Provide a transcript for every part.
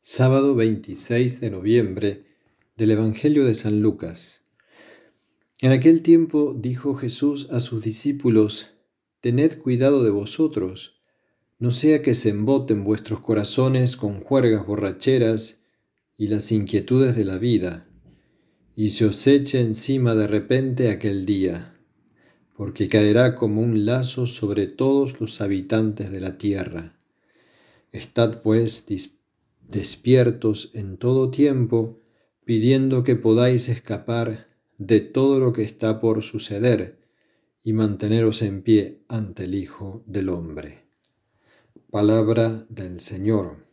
Sábado 26 de noviembre del Evangelio de San Lucas. En aquel tiempo dijo Jesús a sus discípulos: Tened cuidado de vosotros, no sea que se emboten vuestros corazones con juergas borracheras y las inquietudes de la vida, y se os eche encima de repente aquel día, porque caerá como un lazo sobre todos los habitantes de la tierra. Estad pues despiertos en todo tiempo, pidiendo que podáis escapar de todo lo que está por suceder y manteneros en pie ante el Hijo del Hombre. Palabra del Señor.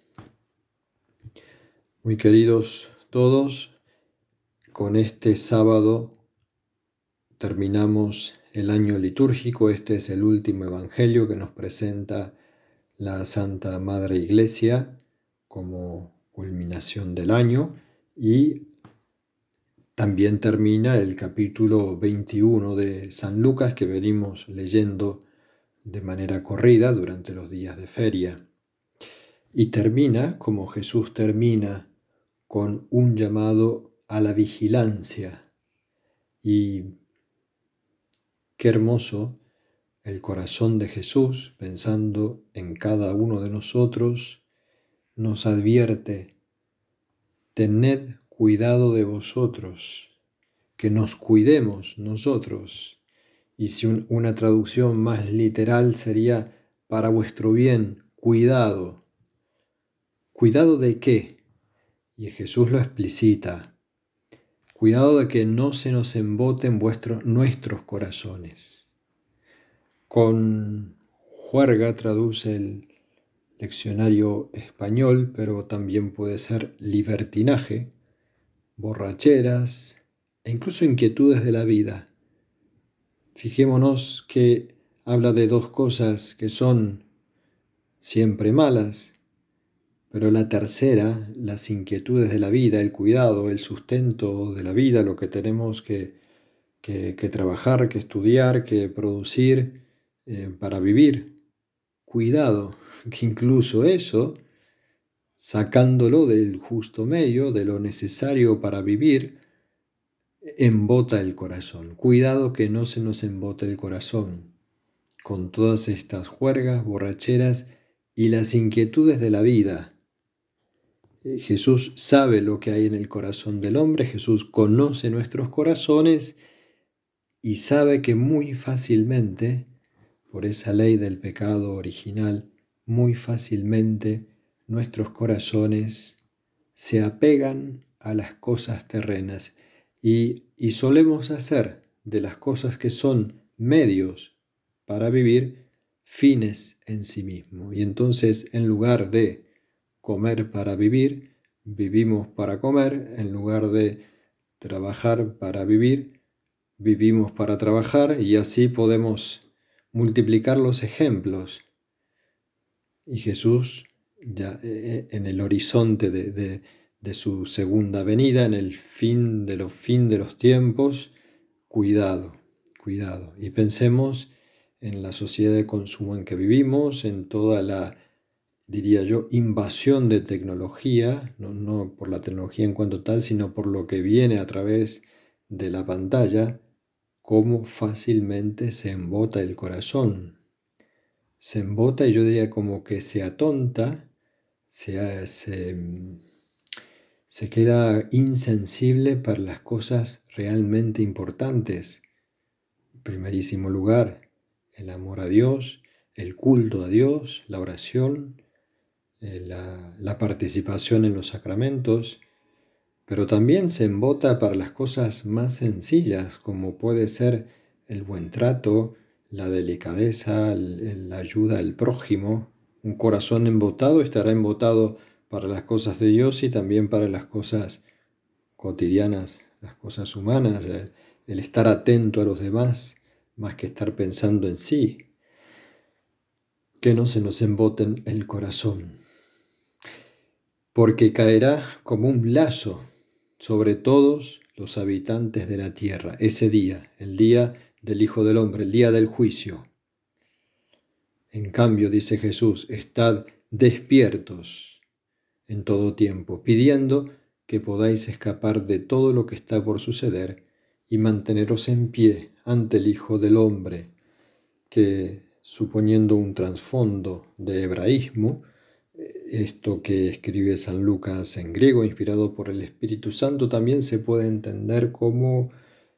Muy queridos todos, con este sábado terminamos el año litúrgico. Este es el último Evangelio que nos presenta la Santa Madre Iglesia como culminación del año, y también termina el capítulo 21 de San Lucas que venimos leyendo de manera corrida durante los días de feria. Y termina, como Jesús termina, con un llamado a la vigilancia. Y qué hermoso el corazón de Jesús, pensando en cada uno de nosotros, nos advierte: tened cuidado de vosotros, que nos cuidemos nosotros. Y si una traducción más literal sería: para vuestro bien, cuidado. ¿Cuidado de qué? Y Jesús lo explicita: cuidado de que no se nos emboten nuestros corazones. Con juerga traduce el leccionario español, pero también puede ser libertinaje, borracheras e incluso inquietudes de la vida. Fijémonos que habla de dos cosas que son siempre malas, pero la tercera, las inquietudes de la vida, el cuidado, el sustento de la vida, lo que tenemos que trabajar, que estudiar, que producir para vivir. Cuidado, que incluso eso, sacándolo del justo medio, de lo necesario para vivir, embota el corazón. Cuidado que no se nos embote el corazón con todas estas juergas, borracheras y las inquietudes de la vida. Jesús sabe lo que hay en el corazón del hombre, Jesús conoce nuestros corazones y sabe que muy fácilmente, por esa ley del pecado original, muy fácilmente nuestros corazones se apegan a las cosas terrenas y solemos hacer de las cosas que son medios para vivir fines en sí mismo. Y entonces, en lugar de comer para vivir, vivimos para comer; en lugar de trabajar para vivir, vivimos para trabajar, y así podemos multiplicar los ejemplos. Y Jesús, ya en el horizonte de su segunda venida, en el fin de los tiempos, cuidado. Y pensemos en la sociedad de consumo en que vivimos, en toda la, diría yo, invasión de tecnología, no por la tecnología en cuanto tal, sino por lo que viene a través de la pantalla, cómo fácilmente se embota el corazón. Se embota, y yo diría como que se atonta, se queda insensible para las cosas realmente importantes. En primerísimo lugar, el amor a Dios, el culto a Dios, la oración, la participación en los sacramentos, pero también se embota para las cosas más sencillas, como puede ser el buen trato, la delicadeza, la ayuda al prójimo. Un corazón embotado estará embotado para las cosas de Dios y también para las cosas cotidianas, las cosas humanas, el estar atento a los demás, más que estar pensando en sí. Que no se nos emboten el corazón, porque caerá como un lazo sobre todos los habitantes de la tierra, ese día, el día del Hijo del Hombre, el día del juicio. En cambio, dice Jesús, estad despiertos en todo tiempo, pidiendo que podáis escapar de todo lo que está por suceder y manteneros en pie ante el Hijo del Hombre, que, suponiendo un trasfondo de hebraísmo, esto que escribe San Lucas en griego, inspirado por el Espíritu Santo, también se puede entender como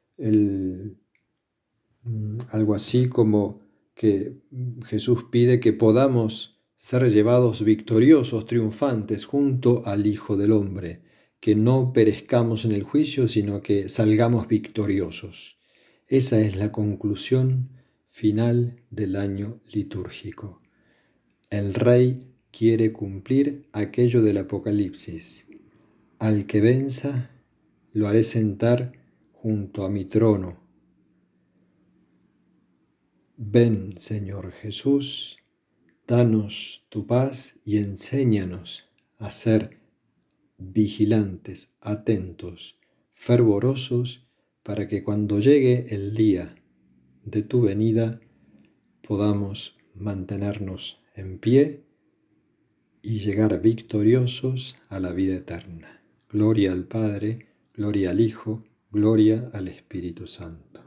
algo así como que Jesús pide que podamos ser llevados victoriosos, triunfantes, junto al Hijo del Hombre, que no perezcamos en el juicio, sino que salgamos victoriosos. Esa es la conclusión final del año litúrgico. El Rey quiere cumplir aquello del Apocalipsis. Al que venza, lo haré sentar junto a mi trono. Ven, Señor Jesús, danos tu paz y enséñanos a ser vigilantes, atentos, fervorosos, para que cuando llegue el día de tu venida podamos mantenernos en pie y llegar victoriosos a la vida eterna. Gloria al Padre, gloria al Hijo, gloria al Espíritu Santo.